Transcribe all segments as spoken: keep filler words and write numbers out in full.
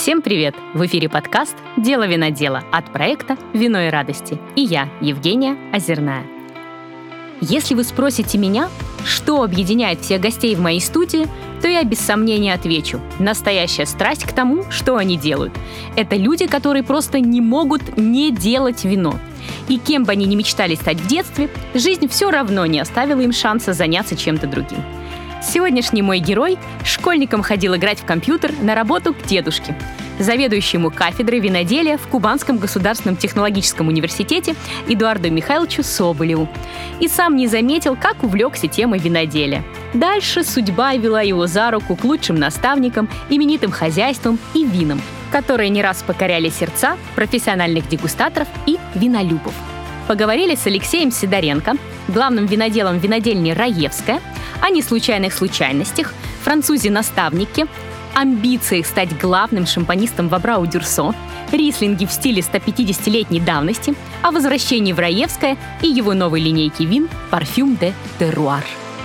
Всем привет! В эфире подкаст «Дело винодела» от проекта «Вино и радости». И я, Евгения Озерная. Если вы спросите меня, что объединяет всех гостей в моей студии, то я без сомнения отвечу: настоящая страсть к тому, что они делают. Это люди, которые просто не могут не делать вино. И кем бы они ни мечтали стать в детстве, жизнь все равно не оставила им шанса заняться чем-то другим. Сегодняшний мой герой школьником ходил играть в компьютер на работу к дедушке, заведующему кафедрой виноделия в Кубанском государственном технологическом университете Эдуарду Михайловичу Соболеву. И сам не заметил, как увлекся темой виноделия. Дальше судьба вела его за руку к лучшим наставникам, именитым хозяйствам и винам, которые не раз покоряли сердца профессиональных дегустаторов и винолюбов. Поговорили с Алексеем Сидоренко, главным виноделом винодельни «Раевская», о неслучайных случайностях, французе-наставнике, амбициях стать главным шампанистом в Абрау-Дюрсо, рислинге в стиле сто пятидесятилетней давности, о возвращении в Раевское и его новой линейке вин «Парфюм де Теруар».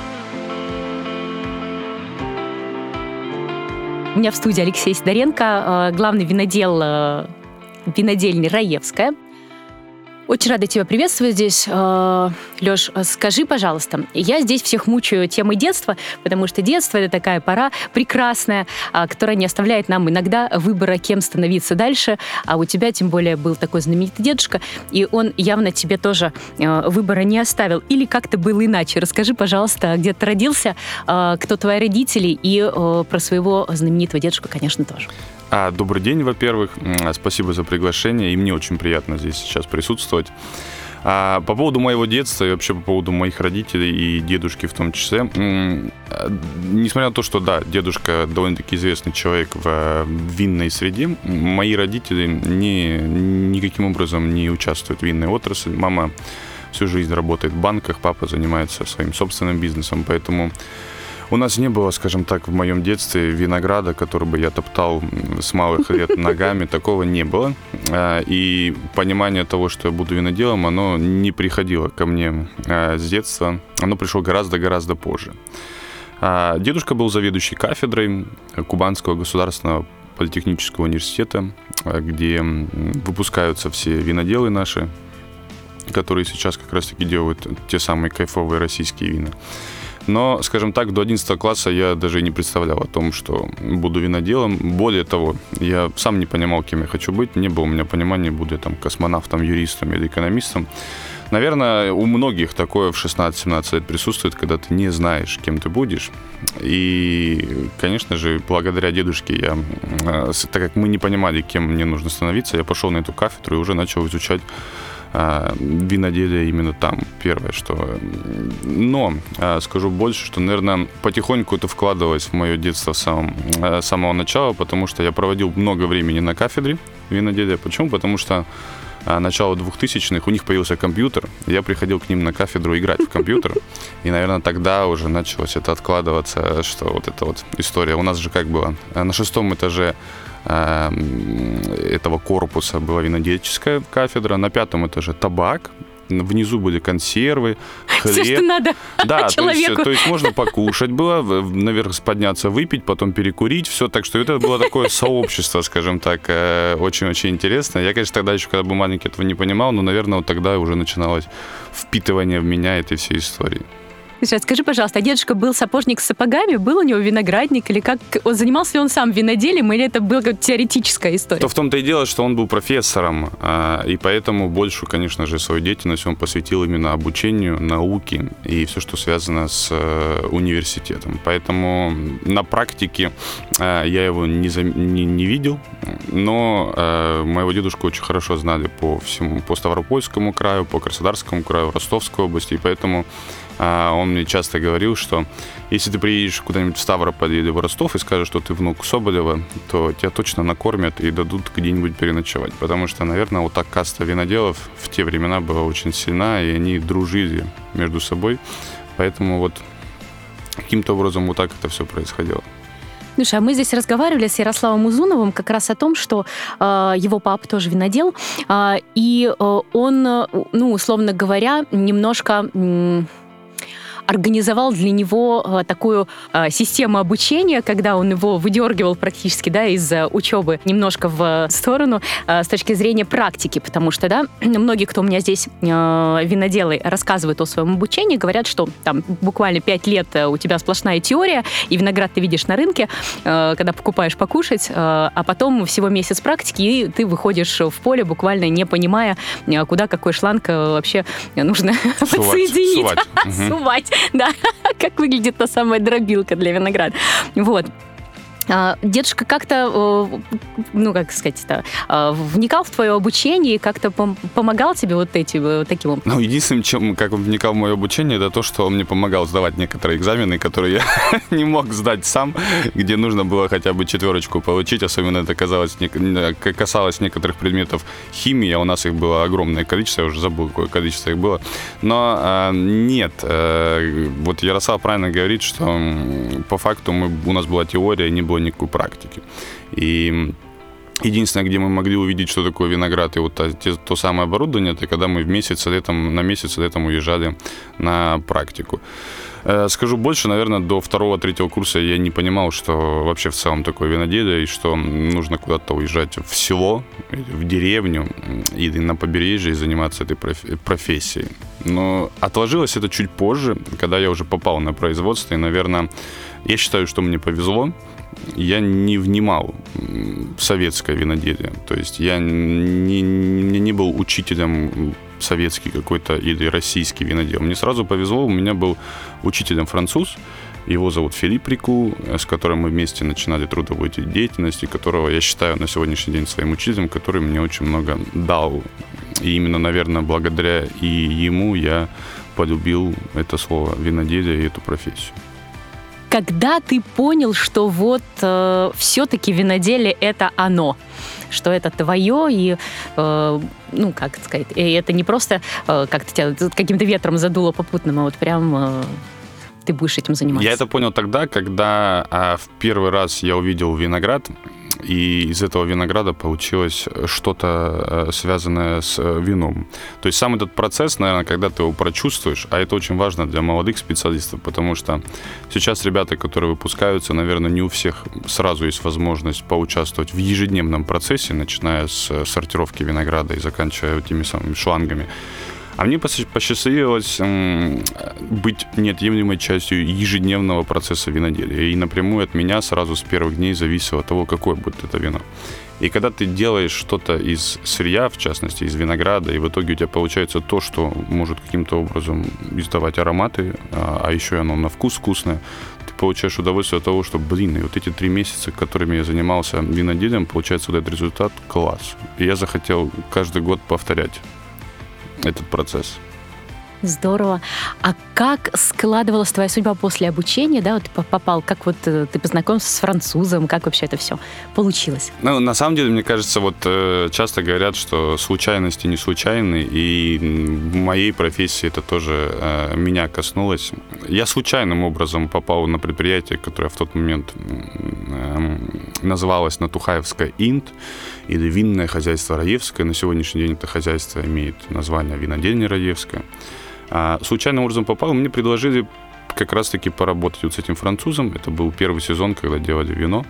У меня в студии Алексей Сидоренко, главный винодел винодельни «Раевская». Очень рада тебя приветствовать здесь. Лёш, скажи, пожалуйста, я здесь всех мучаю темой детства, потому что детство — это такая пора прекрасная, которая не оставляет нам иногда выбора, кем становиться дальше. А у тебя, тем более, был такой знаменитый дедушка, и он явно тебе тоже выбора не оставил. Или как-то было иначе. Расскажи, пожалуйста, где ты родился, кто твои родители, и про своего знаменитого дедушку, конечно, тоже. А, добрый день, во-первых. Спасибо за приглашение, и мне очень приятно здесь сейчас присутствовать. А, по поводу моего детства и вообще по поводу моих родителей и дедушки в том числе. Несмотря на то, что, да, дедушка довольно-таки известный человек в винной среде, мои родители не, никаким образом не участвуют в винной отрасли. Мама всю жизнь работает в банках, папа занимается своим собственным бизнесом, поэтому... У нас не было, скажем так, в моем детстве винограда, который бы я топтал с малых лет ногами, такого не было. И понимание того, что я буду виноделом, оно не приходило ко мне с детства, оно пришло гораздо-гораздо позже. Дедушка был заведующий кафедрой Кубанского государственного политехнического университета, где выпускаются все виноделы наши, которые сейчас как раз-таки делают те самые кайфовые российские вина. Но, скажем так, до одиннадцатого класса я даже и не представлял о том, что буду виноделом. Более того, я сам не понимал, кем я хочу быть. Не было у меня понимания, буду я там космонавтом, юристом или экономистом. Наверное, у многих такое в шестнадцать-семнадцать лет присутствует, когда ты не знаешь, кем ты будешь. И, конечно же, благодаря дедушке я, так как мы не понимали, кем мне нужно становиться, я пошел на эту кафедру и уже начал изучать виноделие именно там, первое, что... Но скажу больше, что, наверное, потихоньку это вкладывалось в мое детство с самого, с самого начала, потому что я проводил много времени на кафедре виноделия. Почему? Потому что начало двухтысячных, у них появился компьютер, я приходил к ним на кафедру играть в компьютер, и, наверное, тогда уже началось это откладываться, что вот эта вот история. У нас же как было? На шестом этаже этого корпуса была винодельческая кафедра, на пятом этаже табак, внизу были консервы, хлеб. Все, что надо да, человеку. То есть, то есть можно покушать было, наверх подняться, выпить, потом перекурить, все. Так что это было такое сообщество, скажем так, очень-очень интересно. Я, конечно, тогда еще, когда был маленький, этого не понимал, но, наверное, вот тогда уже начиналось впитывание в меня этой всей истории. Слушай, скажи, пожалуйста, а дедушка был сапожник с сапогами? Был у него виноградник? Или как? Занимался ли он сам виноделием? Или это была как теоретическая история? То в том-то и дело, что он был профессором, и поэтому большую, конечно же, свою деятельность он посвятил именно обучению, науке и все, что связано с университетом. Поэтому на практике я его не, не, не видел, но моего дедушку очень хорошо знали по всему, по Ставропольскому краю, по Краснодарскому краю, Ростовской области, и поэтому он мне часто говорил, что если ты приедешь куда-нибудь в Ставрополь или в Ростов и скажешь, что ты внук Соболева, то тебя точно накормят и дадут где-нибудь переночевать. Потому что, наверное, вот так каста виноделов в те времена была очень сильна, и они дружили между собой. Поэтому вот каким-то образом вот так это все происходило. Слушай, а мы здесь разговаривали с Ярославом Узуновым как раз о том, что э, его папа тоже винодел, э, и э, он, ну, условно говоря, немножко... Э, организовал для него такую систему обучения, когда он его выдергивал практически, да, из учебы немножко в сторону с точки зрения практики, потому что, да, многие, кто у меня здесь виноделы, рассказывают о своем обучении, говорят, что там буквально пять лет у тебя сплошная теория, и виноград ты видишь на рынке, когда покупаешь покушать, а потом всего месяц практики, и ты выходишь в поле, буквально не понимая, куда какой шланг вообще нужно подсоединить. Сувать. Сувать, да. Как выглядит та самая дробилка для винограда. Вот. Дедушка как-то, ну, как сказать-то, вникал в твое обучение и как-то помогал тебе вот этим, таким образом? Ну, единственным, чем, как он вникал в мое обучение, это то, что он мне помогал сдавать некоторые экзамены, которые я не мог сдать сам, где нужно было хотя бы четверочку получить, особенно это казалось, касалось некоторых предметов химии, а у нас их было огромное количество, я уже забыл, какое количество их было. Но нет, вот Ярослав правильно говорит, что по факту мы, у нас была теория, не было никакой практики. И единственное, где мы могли увидеть, что такое виноград и вот то, то самое оборудование, это когда мы в месяц летом, на месяц летом уезжали на практику. Скажу больше, наверное, до второго-третьего курса я не понимал, что вообще в целом такое виноделие, и что нужно куда-то уезжать в село, в деревню или на побережье и заниматься этой профессией. Но отложилось это чуть позже, когда я уже попал на производство, и, наверное, я считаю, что мне повезло. Я не внимал в советское виноделие. То есть я не, не, не был учителем советский какой-то или российский винодел. Мне сразу повезло, у меня был учителем француз. Его зовут Филипп Рику, с которым мы вместе начинали трудовую деятельность, и которого я считаю на сегодняшний день своим учителем, который мне очень много дал. И именно, наверное, благодаря и ему я полюбил это слово виноделие и эту профессию. Когда ты понял, что вот э, все-таки виноделие — это оно, что это твое, и, э, ну, как сказать, и это не просто э, как-то тебя каким-то ветром задуло попутным, а вот прям э, ты будешь этим заниматься? Я это понял тогда, когда э, в первый раз я увидел виноград, и из этого винограда получилось что-то связанное с вином. То есть сам этот процесс, наверное, когда ты его прочувствуешь, а это очень важно для молодых специалистов, потому что сейчас ребята, которые выпускаются, наверное, не у всех сразу есть возможность поучаствовать в ежедневном процессе, начиная с сортировки винограда и заканчивая теми самыми шлангами. А мне посчастливилось быть неотъемлемой частью ежедневного процесса виноделия. И напрямую от меня сразу с первых дней зависело от того, какое будет это вино. И когда ты делаешь что-то из сырья, в частности, из винограда, и в итоге у тебя получается то, что может каким-то образом издавать ароматы, а еще и оно на вкус вкусное, ты получаешь удовольствие от того, что, блин, и вот эти три месяца, которыми я занимался виноделием, получается вот этот результат класс. И я захотел каждый год повторять этот процесс. Здорово. А как складывалась твоя судьба после обучения, да, вот ты попал, как вот ты познакомился с французом, как вообще это все получилось? Ну, на самом деле, мне кажется, вот часто говорят, что случайности не случайны, и в моей профессии это тоже э, меня коснулось. Я случайным образом попал на предприятие, которое в тот момент э, называлось Натухаевское Инт, или винное хозяйство Раевское. На сегодняшний день это хозяйство имеет название Винодельня Раевская. А случайным образом попал, мне предложили как раз-таки поработать вот с этим французом. Это был первый сезон, когда делали вино.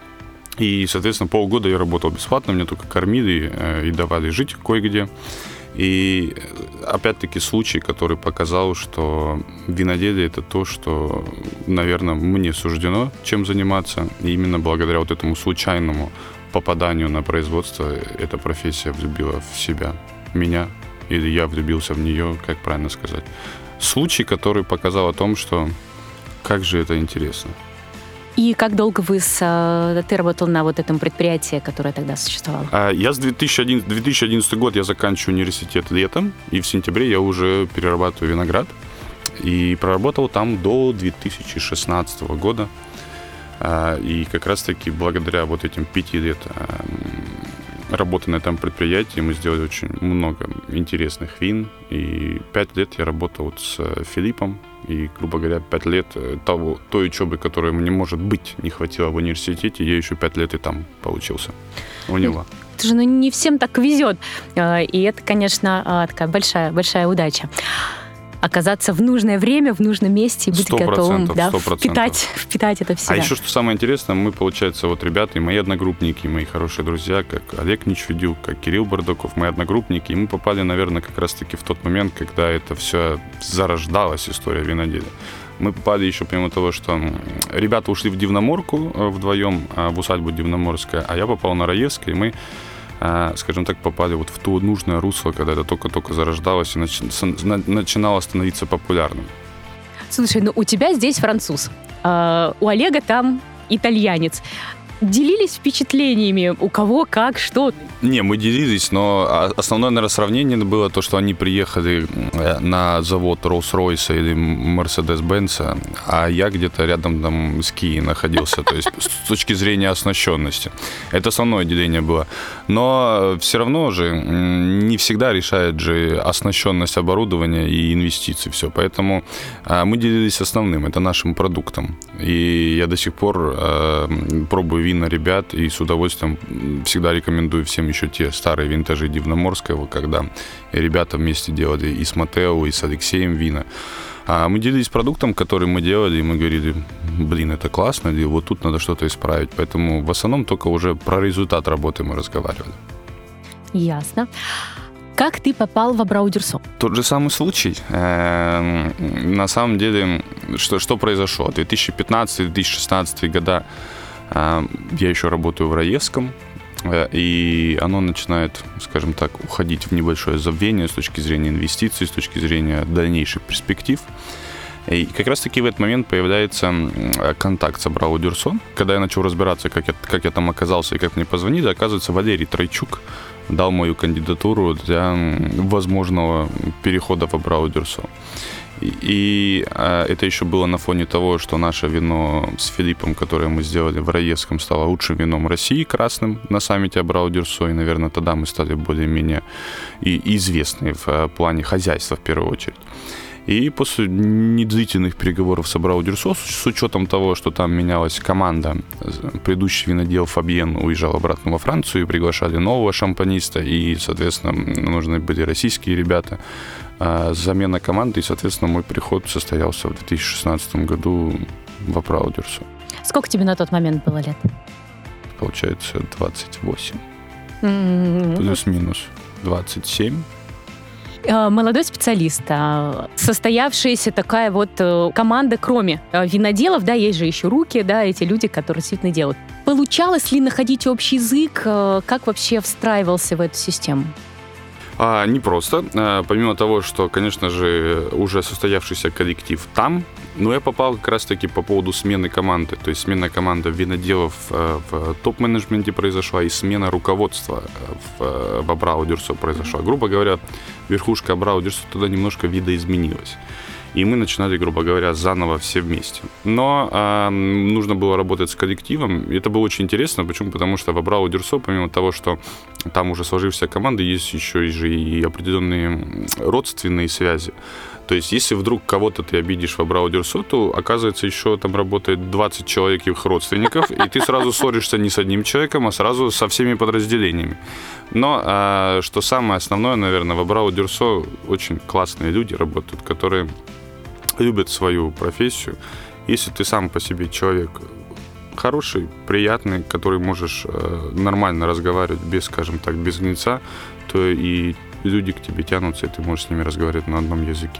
И, соответственно, полгода я работал бесплатно, меня только кормили и давали жить кое-где. И, опять-таки, случай, который показал, что виноделие — это то, что, наверное, мне суждено чем заниматься. И именно благодаря вот этому случайному попаданию на производство эта профессия влюбила в себя, меня, или я влюбился в нее, как правильно сказать. Случай, который показал о том, что как же это интересно. И как долго вы с, ты работал на вот этом предприятии, которое тогда существовало? Я с две тысячи одиннадцатый год я заканчиваю университет летом, и в сентябре я уже перерабатываю виноград. И проработал там до две тысячи шестнадцатого года. И как раз-таки благодаря вот этим пяти лет работы на этом предприятии мы сделали очень много интересных вин. И пять лет я работал вот с Филиппом. И, грубо говоря, пять лет того, той учебы, которой мне, может быть, не хватило в университете, я еще пять лет и там получился у него. Это же ну, не всем так везет. И это, конечно, такая большая, большая удача. оказаться в нужное время, в нужном месте и быть сто процентов, готовым да, сто процентов. впитать, впитать это в себя. А еще, что самое интересное, мы, получается, вот ребята, и мои одногруппники, и мои хорошие друзья, как Олег Ничведюк, как Кирилл Бардаков, мои одногруппники, и мы попали, наверное, как раз-таки в тот момент, когда это все зарождалась, история виноделия. Мы попали еще, помимо того, что ребята ушли в Дивноморку вдвоем, в усадьбу Дивноморская, а я попал на Раевское, и мы, скажем так, попали вот в то нужное русло, когда это только-только зарождалось и начинало становиться популярным. Слушай, ну у тебя здесь француз, а у Олега там итальянец. Делились впечатлениями, у кого, как, что? Не, мы делились, но основное, наверное, сравнение было то, что они приехали на завод Rolls-Royce или Mercedes-Benz, а я где-то рядом там с Kia находился, то есть с точки зрения оснащенности. Это основное деление было. Но все равно же не всегда решает же оснащенность оборудования и инвестиций все. Поэтому мы делились основным, это нашим продуктом. И я до сих пор пробую вина ребят, и с удовольствием всегда рекомендую всем еще те старые винтажи Дивноморского, когда ребята вместе делали и с Матео, и с Алексеем вина. А мы делились продуктом, который мы делали, и мы говорили, блин, это классно, и вот тут надо что-то исправить. Поэтому в основном только уже про результат работы мы разговаривали. Ясно. Как ты попал в Абрау Дюрсо? Тот же самый случай. На самом деле, что, что произошло? две тысячи пятнадцатый - две тысячи шестнадцатый года я еще работаю в Раевском, и оно начинает, скажем так, уходить в небольшое забвение с точки зрения инвестиций, с точки зрения дальнейших перспектив. И как раз-таки в этот момент появляется контакт с Абрау Дюрсо. Когда я начал разбираться, как я, как я там оказался и как мне позвонили, оказывается, Валерий Тройчук дал мою кандидатуру для возможного перехода в Абрау Дюрсо. И, и а, это еще было на фоне того, что наше вино с Филиппом, которое мы сделали в Раевском, стало лучшим вином России, красным, на саммите Абрау Дюрсо. И, наверное, тогда мы стали более-менее и известны в а, плане хозяйства, в первую очередь. И после недлительных переговоров с Абрау Дюрсо, с учетом того, что там менялась команда, предыдущий винодел Фабьен уезжал обратно во Францию, и приглашали нового шампаниста, и, соответственно, нужны были российские ребята. Замена команды, и, соответственно, мой приход состоялся в две тысячи шестнадцатом году в Абрау Дюрсо. Сколько тебе на тот момент было лет? Получается, двадцать восемь. Mm-hmm. Плюс-минус двадцать семь. Молодой специалист, состоявшаяся такая вот команда, кроме виноделов, да, есть же еще руки, да, эти люди, которые действительно делают. Получалось ли находить общий язык? Как вообще встраивался в эту систему? А, не просто. А, помимо того, что, конечно же, уже состоявшийся коллектив там, но я попал как раз-таки по поводу смены команды. То есть смена команды виноделов в топ-менеджменте произошла, и смена руководства в, в Абрау Дюрсо произошла. Грубо говоря, верхушка Абрау Дюрсо тогда немножко видоизменилась. И мы начинали, грубо говоря, заново все вместе. Но э, нужно было работать с коллективом. И это было очень интересно. Почему? Потому что в Абрау Дюрсо, помимо того, что там уже сложившаяся команда, есть еще и, же и определенные родственные связи. То есть, если вдруг кого-то ты обидишь в Абрау Дюрсо, то, оказывается, еще там работает двадцать человек их родственников, и ты сразу ссоришься не с одним человеком, а сразу со всеми подразделениями. Но, э, что самое основное, наверное, в Абрау Дюрсо очень классные люди работают, которые любят свою профессию. Если ты сам по себе человек хороший, приятный, который можешь э, нормально разговаривать без, скажем так, без гнеца, то и люди к тебе тянутся, и ты можешь с ними разговаривать на одном языке.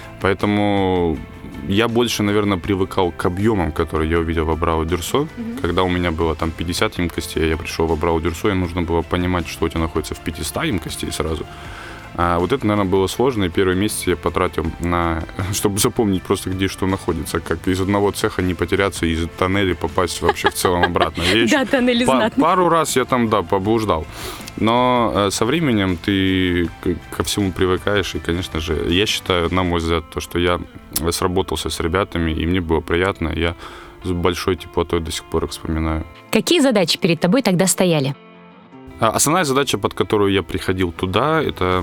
Поэтому я больше, наверное, привыкал к объемам, которые я увидел в Абрау Дюрсо. Mm-hmm. Когда у меня было там пятьдесят емкостей, я пришел в Абрау Дюрсо, и нужно было понимать, что у тебя находится в пятьсот емкостей сразу. А вот это, наверное, было сложно, и первый месяц я потратил на, чтобы запомнить просто, где что находится, как из одного цеха не потеряться, из тоннеля попасть вообще в целом обратно. Да, тоннели знатные. Пару раз я там, да, поблуждал. Но со временем ты ко всему привыкаешь, и, конечно же, я считаю, на мой взгляд, то, что я сработался с ребятами, и мне было приятно, я с большой теплотой до сих пор их вспоминаю. Какие задачи перед тобой тогда стояли? Основная задача, под которую я приходил туда, это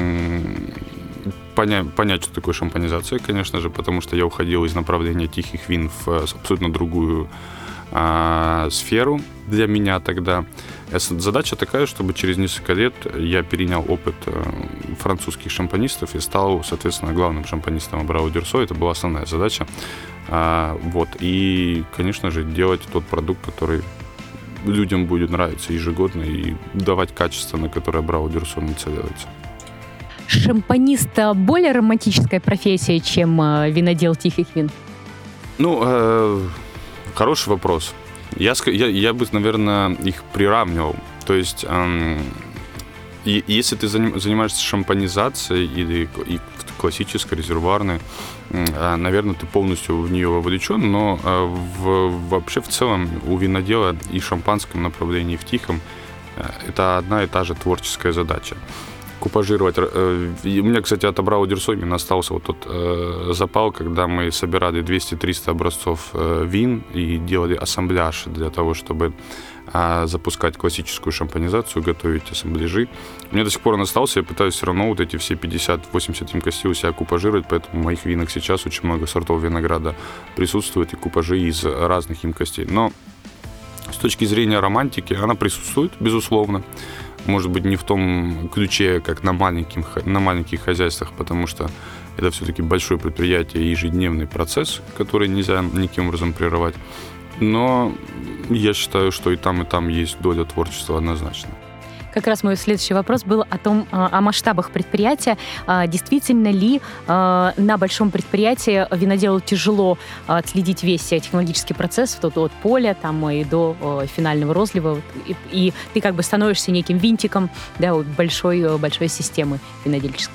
понять, понять, что такое шампанизация, конечно же, потому что я уходил из направления тихих вин в абсолютно другую а, сферу. для меня тогда. Задача такая, чтобы через несколько лет я перенял опыт французских шампанистов и стал, соответственно, главным шампанистом Абрау Дюрсо. Это была основная задача. Вот. И, конечно же, делать тот продукт, который людям будет нравиться ежегодно и давать качество, на которое Абрау Дюрсо нацеливается. Шампанист более романтическая профессия, чем винодел тихих вин? Ну, э, хороший вопрос. Я, я, я бы, наверное, их приравнивал. То есть, э, и, если ты занимаешься шампанизацией или и классической, резервуарной, э, наверное, ты полностью в нее вовлечен, но э, в, вообще в целом у винодела и в шампанском направлении, и в тихом э, это одна и та же творческая задача. Купажировать. У меня, кстати, от Абрау Дюрсо именно остался вот тот э, запал, когда мы собирали двести-триста образцов э, вин и делали ассамбляж для того, чтобы э, запускать классическую шампанизацию, готовить ассамбляжи. У меня до сих пор он остался, я пытаюсь все равно вот эти все пятьдесят-восемьдесят емкостей у себя купажировать, поэтому в моих винах сейчас очень много сортов винограда присутствует и купажи из разных емкостей. Но с точки зрения романтики она присутствует, безусловно. Может быть, не в том ключе, как на маленьких, на маленьких хозяйствах, потому что это все-таки большое предприятие и ежедневный процесс, который нельзя никаким образом прерывать. Но я считаю, что и там, и там есть доля творчества однозначно. Как раз мой следующий вопрос был о том, о масштабах предприятия. Действительно ли на большом предприятии виноделу тяжело отследить весь технологический процесс от, от поля там, и до финального розлива, и, и ты как бы становишься неким винтиком, да, большой, большой системы винодельческой?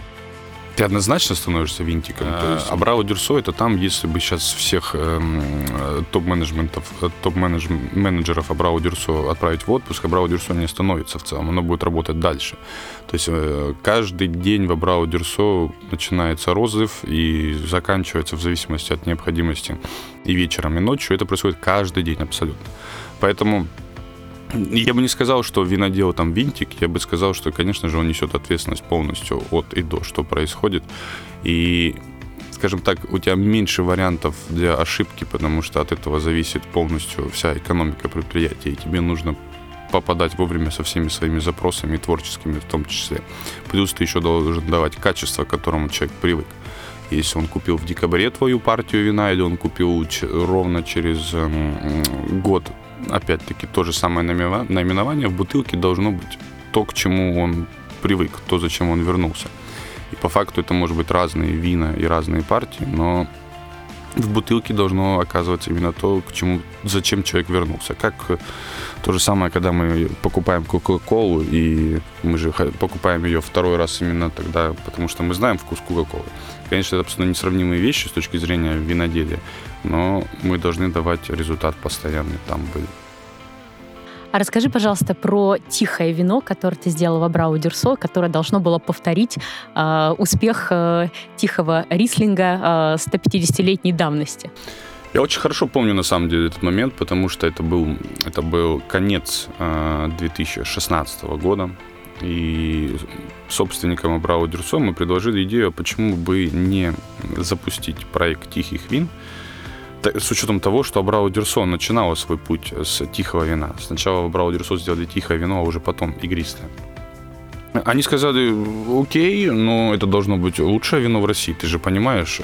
Ты однозначно становишься винтиком. А, есть... Абрау Дюрсо — это там, если бы сейчас всех э, топ-менеджментов, топ-менеджеров Абрау Дюрсо отправить в отпуск, Абрау Дюрсо не остановится в целом, оно будет работать дальше. То есть э, каждый день в Абрау Дюрсо начинается розлив и заканчивается в зависимости от необходимости и вечером, и ночью. Это происходит каждый день абсолютно. Поэтому я бы не сказал, что винодел там винтик, я бы сказал, что, конечно же, он несет ответственность полностью от и до, что происходит. И, скажем так, у тебя меньше вариантов для ошибки, потому что от этого зависит полностью вся экономика предприятия, и тебе нужно попадать вовремя со всеми своими запросами, творческими в том числе. Плюс ты еще должен давать качество, к которому человек привык. Если он купил в декабре твою партию вина, или он купил ровно через год, опять-таки, то же самое наименование, в бутылке должно быть то, к чему он привык, то, зачем он вернулся. И по факту это может быть разные вина и разные партии, но в бутылке должно оказываться именно то, к чему, зачем человек вернулся. Как то же самое, когда мы покупаем Кока-Колу, и мы же покупаем ее второй раз именно тогда, потому что мы знаем вкус Кока-Колы. Конечно, это абсолютно несравнимые вещи с точки зрения виноделия, но мы должны давать результат постоянный там был. А расскажи, пожалуйста, про тихое вино, которое ты сделал в Абрау Дюрсо, которое должно было повторить э, успех э, тихого рислинга э, сто пятидесятилетней давности. Я очень хорошо помню, на самом деле, этот момент, потому что это был, это был конец э, две тысячи шестнадцатого года. И собственникам Абрау Дюрсо мы предложили идею, почему бы не запустить проект тихих вин, с учетом того, что Абрау Дюрсо начинала свой путь с тихого вина. Сначала в Абрау Дюрсо сделали тихое вино, а уже потом игристое. Они сказали: окей, но это должно быть лучшее вино в России, ты же понимаешь?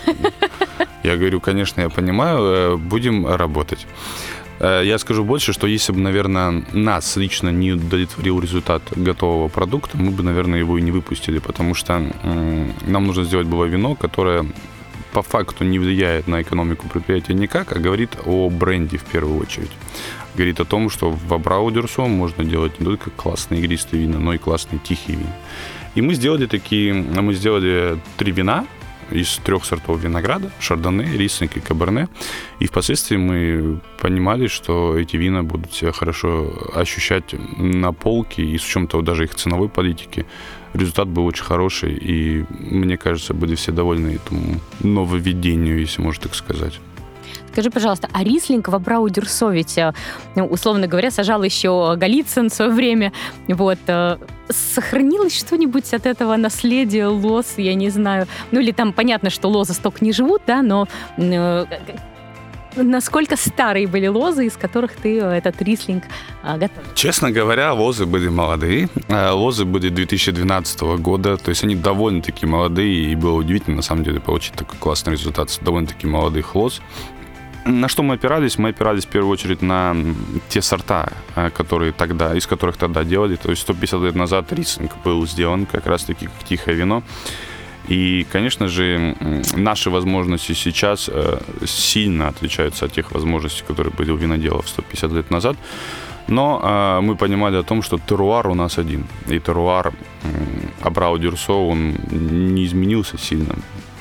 Я говорю: конечно, я понимаю, будем работать. Я скажу больше, что если бы, наверное, нас лично не удовлетворил результат готового продукта, мы бы, наверное, его и не выпустили, потому что нам нужно сделать было вино, которое по факту не влияет на экономику предприятия никак, а говорит о бренде в первую очередь. Говорит о том, что в Абрау Дюрсо можно делать не только классные игристые вина, но и классные тихие вина. И мы сделали такие, мы сделали три вина из трех сортов винограда: шардоне, рислинг и каберне. И впоследствии мы понимали, что эти вина будут себя хорошо ощущать на полке, и с учетом того даже их ценовой политики результат был очень хороший, и, мне кажется, были все довольны этому нововведению, если можно так сказать. Скажи, пожалуйста, а рислинг в Абрау Дюрсо ведь, ну, условно говоря, сажал еще Голицын в свое время. Вот. Сохранилось что-нибудь от этого наследия лоз, я не знаю. Ну, или там понятно, что лозы столько не живут, да, но насколько старые были лозы, из которых ты этот рислинг а, готовил? Честно говоря, лозы были молодые. Лозы были две тысячи двенадцатого года, то есть они довольно-таки молодые, и было удивительно, на самом деле, получить такой классный результат с довольно-таки молодых лоз. На что мы опирались? Мы опирались в первую очередь на те сорта, которые тогда, из которых тогда делали. То есть сто пятьдесят лет назад рислинг был сделан как раз-таки как тихое вино. И, конечно же, наши возможности сейчас сильно отличаются от тех возможностей, которые были у виноделов сто пятьдесят лет назад. Но э, мы понимали о том, что теруар у нас один. И теруар Абрау-Дюрсо, он не изменился сильно.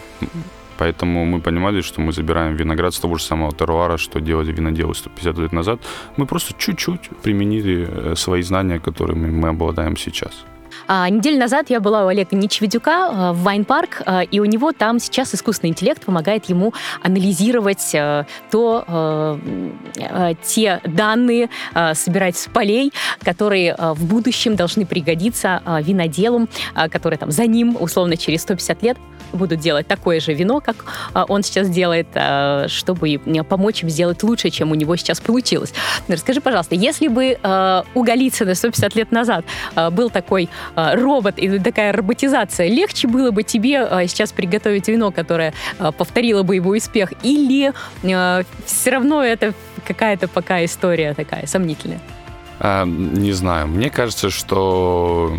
Поэтому мы понимали, что мы забираем виноград с того же самого теруара, что делали виноделы сто пятьдесят лет назад. Мы просто чуть-чуть применили свои знания, которыми мы обладаем сейчас. А, неделю назад я была у Олега Нечеведюка а, в Вайн-парк, а, и у него там сейчас искусственный интеллект помогает ему анализировать а, то, а, а, те данные, а, собирать с полей, которые а, в будущем должны пригодиться а, виноделам, а, которые там за ним, условно, через сто пятьдесят лет будут делать такое же вино, как а, он сейчас делает, а, чтобы помочь им сделать лучше, чем у него сейчас получилось. Расскажи, пожалуйста, если бы а, у Голицына сто пятьдесят лет назад а, был такой робот и такая роботизация, легче было бы тебе а, сейчас приготовить вино, которое а, повторило бы его успех, или а, все равно это какая-то пока история такая сомнительная? А, не знаю. Мне кажется, что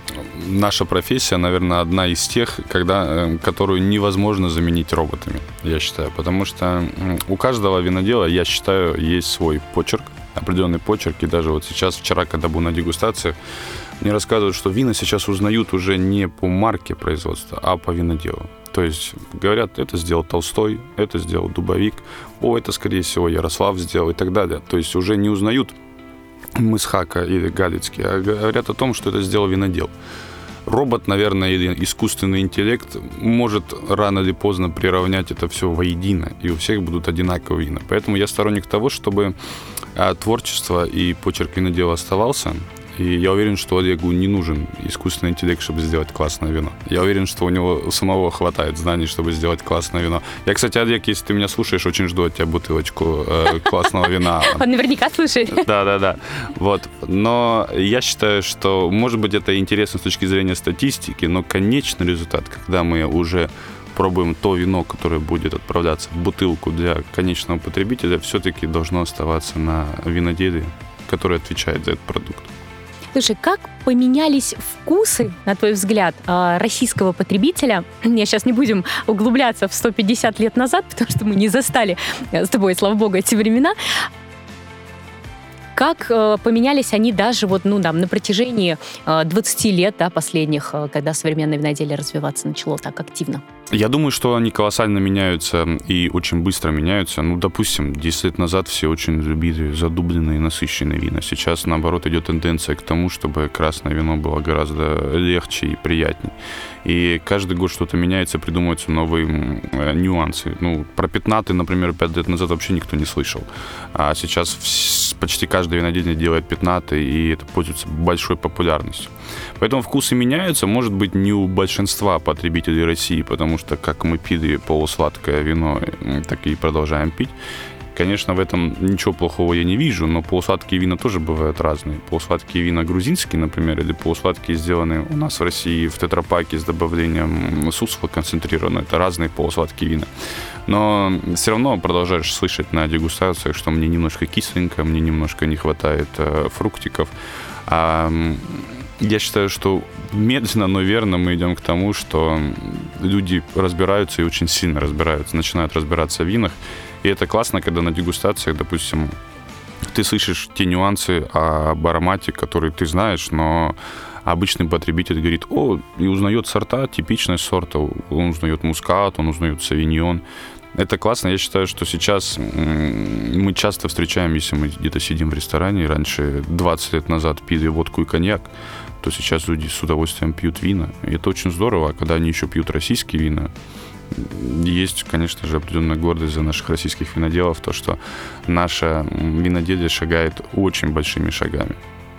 наша профессия, наверное, одна из тех, когда, которую невозможно заменить роботами, я считаю. Потому что у каждого винодела, я считаю, есть свой почерк, определенный почерк. И даже вот сейчас, вчера, когда был на дегустациях, мне рассказывают, что вина сейчас узнают уже не по марке производства, а по виноделу. То есть говорят, это сделал Толстой, это сделал Дубовик, о, это, скорее всего, Ярослав сделал и так далее. То есть уже не узнают Мысхака или Галицкий, а говорят о том, что это сделал винодел. Робот, наверное, или искусственный интеллект может рано или поздно приравнять это все воедино, и у всех будут одинаковые вина. Поэтому я сторонник того, чтобы творчество и почерк винодела оставался. И я уверен, что Олегу не нужен искусственный интеллект, чтобы сделать классное вино. Я уверен, что у него у самого хватает знаний, чтобы сделать классное вино. Я, кстати, Олег, если ты меня слушаешь, очень жду от тебя бутылочку э, классного вина. Он наверняка слушает. Да-да-да. Вот. Но я считаю, что, может быть, это интересно с точки зрения статистики, но конечный результат, когда мы уже пробуем то вино, которое будет отправляться в бутылку для конечного потребителя, все-таки должно оставаться на виноделе, который отвечает за этот продукт. Слушай, как поменялись вкусы, на твой взгляд, российского потребителя? Я сейчас не будем углубляться в сто пятьдесят лет назад, потому что мы не застали с тобой, слава богу, эти времена. Как э, поменялись они даже вот, ну, там, на протяжении э, двадцати лет, да, последних, э, когда современное виноделие развиваться начало так активно? Я думаю, что они колоссально меняются и очень быстро меняются. Ну, допустим, десять лет назад все очень любили задубленные, насыщенные вина. Сейчас, наоборот, идет тенденция к тому, чтобы красное вино было гораздо легче и приятнее. И каждый год что-то меняется, придумываются новые э, нюансы. Ну, про пятнаты, например, пять лет назад вообще никто не слышал. А сейчас в, почти каждый винодельня делает пятнаты, и это пользуется большой популярностью. Поэтому вкусы меняются, может быть, не у большинства потребителей России, потому что как мы пили полусладкое вино, так и продолжаем пить. Конечно, в этом ничего плохого я не вижу, но полусладкие вина тоже бывают разные. Полусладкие вина грузинские, например, или полусладкие, сделанные у нас в России в тетрапаке с добавлением сусла концентрированного. Это разные полусладкие вина. Но все равно продолжаешь слышать на дегустациях, что мне немножко кисленько, мне немножко не хватает э, фруктиков. А, я считаю, что медленно, но верно мы идем к тому, что люди разбираются и очень сильно разбираются, начинают разбираться в винах. И это классно, когда на дегустациях, допустим, ты слышишь те нюансы об аромате, которые ты знаешь, но обычный потребитель говорит, о, и узнает сорта, типичность сорта, он узнает мускат, он узнает савиньон. Это классно. Я считаю, что сейчас мы часто встречаем, если мы где-то сидим в ресторане, и раньше двадцать лет назад пили водку и коньяк, то сейчас люди с удовольствием пьют вина. И это очень здорово, а когда они еще пьют российские вина, есть, конечно же, определенная гордость за наших российских виноделов, то, что наше виноделие шагает очень большими шагами.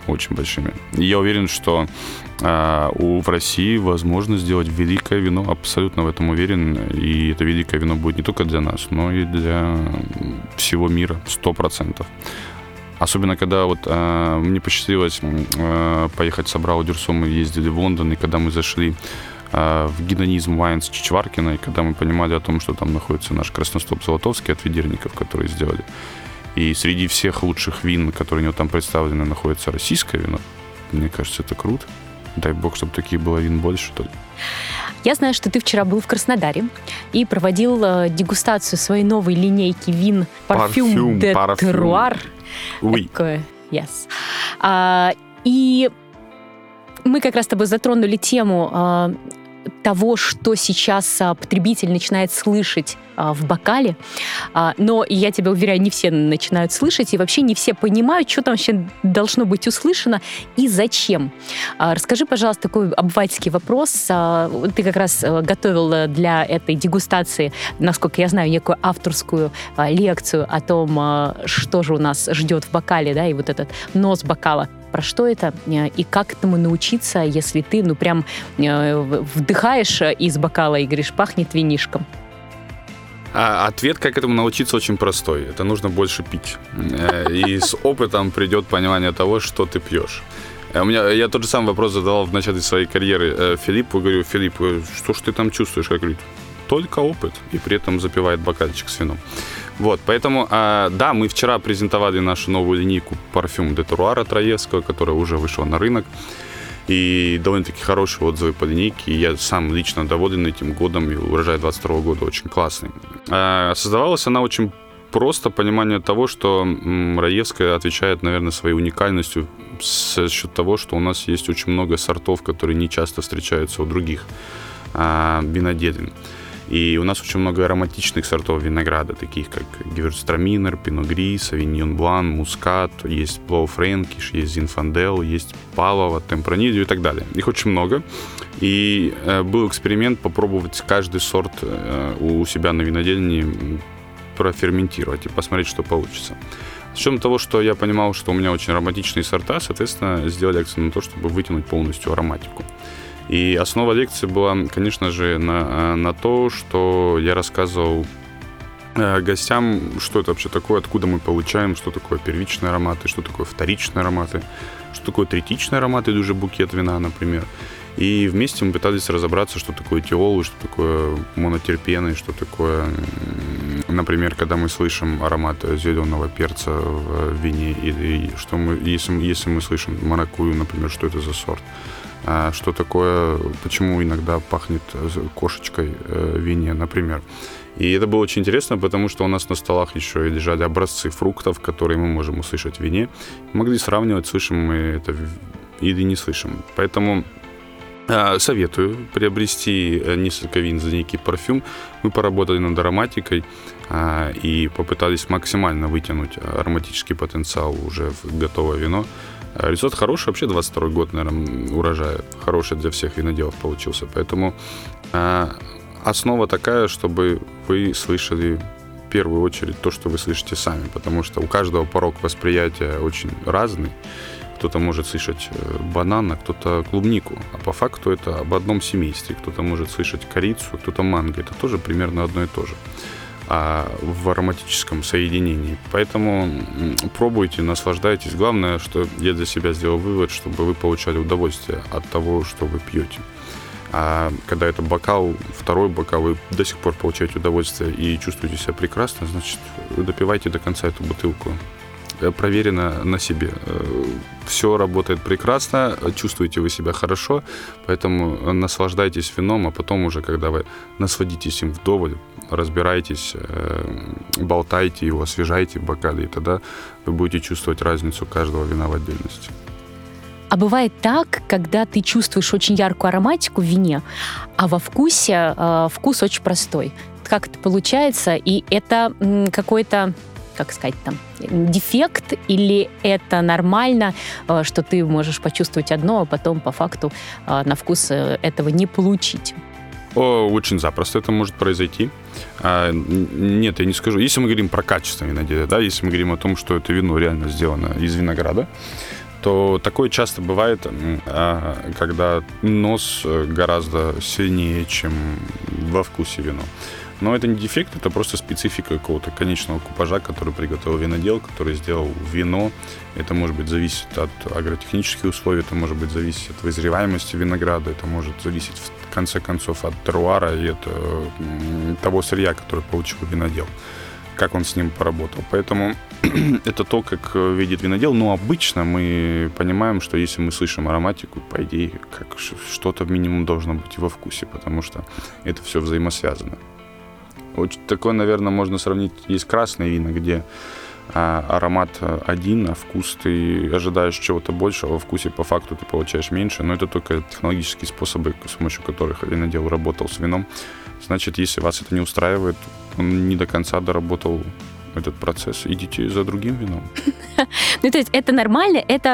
очень большими. И я уверен, что э, у, в России возможно сделать великое вино, абсолютно в этом уверен. И это великое вино будет не только для нас, но и для всего мира, сто процентов. Особенно, когда вот э, мне посчастливилось э, поехать с Абрау Дюрсо, мы ездили в Лондон, и когда мы зашли э, в гедонизм Вайнс Чичваркина, и когда мы понимали о том, что там находится наш Красностоп Золотовский от Ведерников, которые сделали, и среди всех лучших вин, которые у него там представлены, находится российское вино, мне кажется, это круто. Дай бог, чтобы таких было вин больше только. Я знаю, что ты вчера был в Краснодаре и проводил э, дегустацию своей новой линейки вин «Парфюм де Теруар». Oui. Yes. А, и мы как раз с тобой затронули тему а, того, что сейчас а, потребитель начинает слышать а, в бокале. А, но, я тебя уверяю, не все начинают слышать, и вообще не все понимают, что там вообще должно быть услышано и зачем. А, расскажи, пожалуйста, такой обывательский вопрос. А, ты как раз готовил для этой дегустации, насколько я знаю, некую авторскую а, лекцию о том, а, что же у нас ждет в бокале, да, и вот этот нос бокала. Про что это и как этому научиться, если ты, ну, прям вдыхаешь из бокала и говоришь, пахнет винишком? А ответ, как этому научиться, очень простой. Это нужно больше пить. И с опытом придет понимание того, что ты пьешь. У меня, я тот же самый вопрос задавал в начале своей карьеры Филиппу. Говорю, Филипп, что ж ты там чувствуешь? Как говорит, только опыт. И при этом запивает бокальчик с вином. Вот, поэтому, да, мы вчера презентовали нашу новую линейку «Парфюм де Теруар» от Раевского, которая уже вышла на рынок. И довольно-таки хорошие отзывы по линейке. Я сам лично доволен этим годом, и урожай двадцать второго года очень классный. Создавалась она очень просто, понимание того, что Раевская отвечает, наверное, своей уникальностью за счет того, что у нас есть очень много сортов, которые не часто встречаются у других виноделин. И у нас очень много ароматичных сортов винограда, таких как Гевюрцтраминер, Пино Грис, Савиньон Блан, Мускат, есть Блоу Фрэнкиш, есть Зинфандел, есть Палова, Темпранильо и так далее. Их очень много. И э, был эксперимент попробовать каждый сорт э, у себя на винодельне проферментировать и посмотреть, что получится. С учетом того, что я понимал, что у меня очень ароматичные сорта, соответственно, сделали акцент на то, чтобы вытянуть полностью ароматику. И основа лекции была, конечно же, на, на то, что я рассказывал э, гостям, что это вообще такое, откуда мы получаем, что такое первичные ароматы, что такое вторичные ароматы, что такое третичные ароматы или уже букет вина, например. И вместе мы пытались разобраться, что такое этиолы, что такое монотерпены, что такое, например, когда мы слышим аромат зеленого перца в вине, или что мы, если, если мы слышим маракую, например, что это за сорт. Что такое, почему иногда пахнет кошечкой в вине, например. И это было очень интересно, потому что у нас на столах еще и лежали образцы фруктов, которые мы можем услышать в вине. Могли сравнивать, слышим мы это или не слышим. Поэтому советую приобрести несколько вин за некий парфюм. Мы поработали над ароматикой и попытались максимально вытянуть ароматический потенциал уже в готовое вино. Результат хороший, вообще двадцать второй год, наверное, урожая хороший для всех виноделов получился. Поэтому э, основа такая, чтобы вы слышали в первую очередь то, что вы слышите сами, потому что у каждого порог восприятия очень разный. Кто-то может слышать банан, а кто-то клубнику, а по факту это об одном семействе. Кто-то может слышать корицу, а кто-то манго. Это тоже примерно одно и то же в ароматическом соединении. Поэтому пробуйте, наслаждайтесь. Главное, что я для себя сделал вывод, чтобы вы получали удовольствие от того, что вы пьете. А когда это бокал, второй бокал, вы до сих пор получаете удовольствие и чувствуете себя прекрасно, значит, вы допивайте до конца эту бутылку. Проверено на себе. Все работает прекрасно, чувствуете вы себя хорошо, поэтому наслаждайтесь вином, а потом уже, когда вы насладитесь им вдоволь, разбирайтесь, болтайте его, освежайте в бокале, и тогда вы будете чувствовать разницу каждого вина в отдельности. А бывает так, когда ты чувствуешь очень яркую ароматику в вине, а во вкусе э, вкус очень простой. Как это получается? И это м, какой-то, как сказать там, дефект, или это нормально, э, что ты можешь почувствовать одно, а потом по факту э, на вкус этого не получить? О, очень запросто это может произойти. А, нет, я не скажу. Если мы говорим про качество виноделия, да, если мы говорим о том, что это вино реально сделано из винограда, то такое часто бывает, когда нос гораздо сильнее, чем во вкусе вино. Но это не дефект, это просто специфика какого-то конечного купажа, который приготовил винодел, который сделал вино. Это может быть зависеть от агротехнических условий, это может быть зависеть от вызреваемости винограда, это может зависеть в конце концов от теруара и от э, того сырья, который получил винодел, как он с ним поработал. Поэтому это то, как видит винодел. Но обычно мы понимаем, что если мы слышим ароматику, по идее, как что-то минимум должно быть во вкусе, потому что это все взаимосвязано. Вот такое, наверное, можно сравнить. Есть красные вина, где а, аромат один, а вкус ты ожидаешь чего-то большего, а во вкусе по факту ты получаешь меньше. Но это только технологические способы, с помощью которых винодел работал с вином. Значит, если вас это не устраивает, он не до конца доработал этот процесс, идите за другим вином. Ну, то есть это нормально, это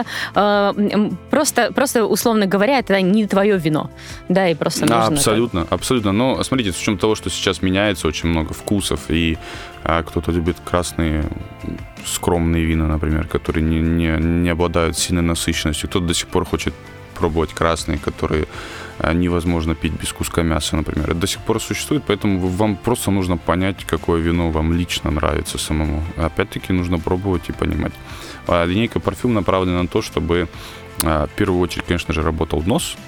э, просто, просто, условно говоря, это не твое вино, да, и просто нужно... Абсолютно, это... абсолютно. Но смотрите, с учетом того, что сейчас меняется очень много вкусов, и а, кто-то любит красные скромные вина, например, которые не, не, не обладают сильной насыщенностью, кто-то до сих пор хочет пробовать красные, которые невозможно пить без куска мяса, например. Это до сих пор существует, поэтому вам просто нужно понять, какое вино вам лично нравится самому. Опять-таки нужно пробовать и понимать. А линейка парфюм направлена на то, чтобы в первую очередь, конечно же, работал нос,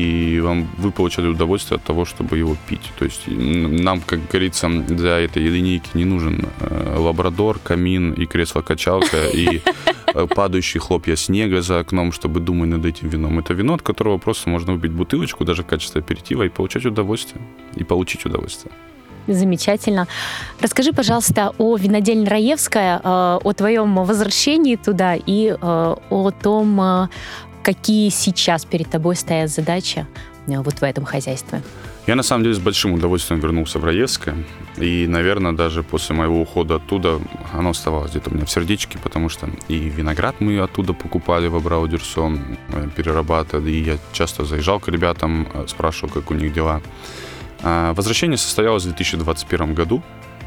и вам, вы получали удовольствие от того, чтобы его пить. То есть нам, как говорится, для этой линейки не нужен лабрадор, камин и кресло-качалка, и падающие хлопья снега за окном, чтобы думать над этим вином. Это вино, от которого просто можно выпить бутылочку, даже в качестве аперитива, и получать удовольствие, и получить удовольствие. Замечательно. Расскажи, пожалуйста, о винодельне Раевская, о твоем возвращении туда и о том, какие сейчас перед тобой стоят задачи вот в этом хозяйстве. Я, на самом деле, с большим удовольствием вернулся в Раевское. И, наверное, даже после моего ухода оттуда оно оставалось где-то у меня в сердечке, потому что и виноград мы оттуда покупали в Абрау-Дюрсо, перерабатывали, и я часто заезжал к ребятам, спрашивал, как у них дела. Возвращение состоялось в две тысячи двадцать первом году.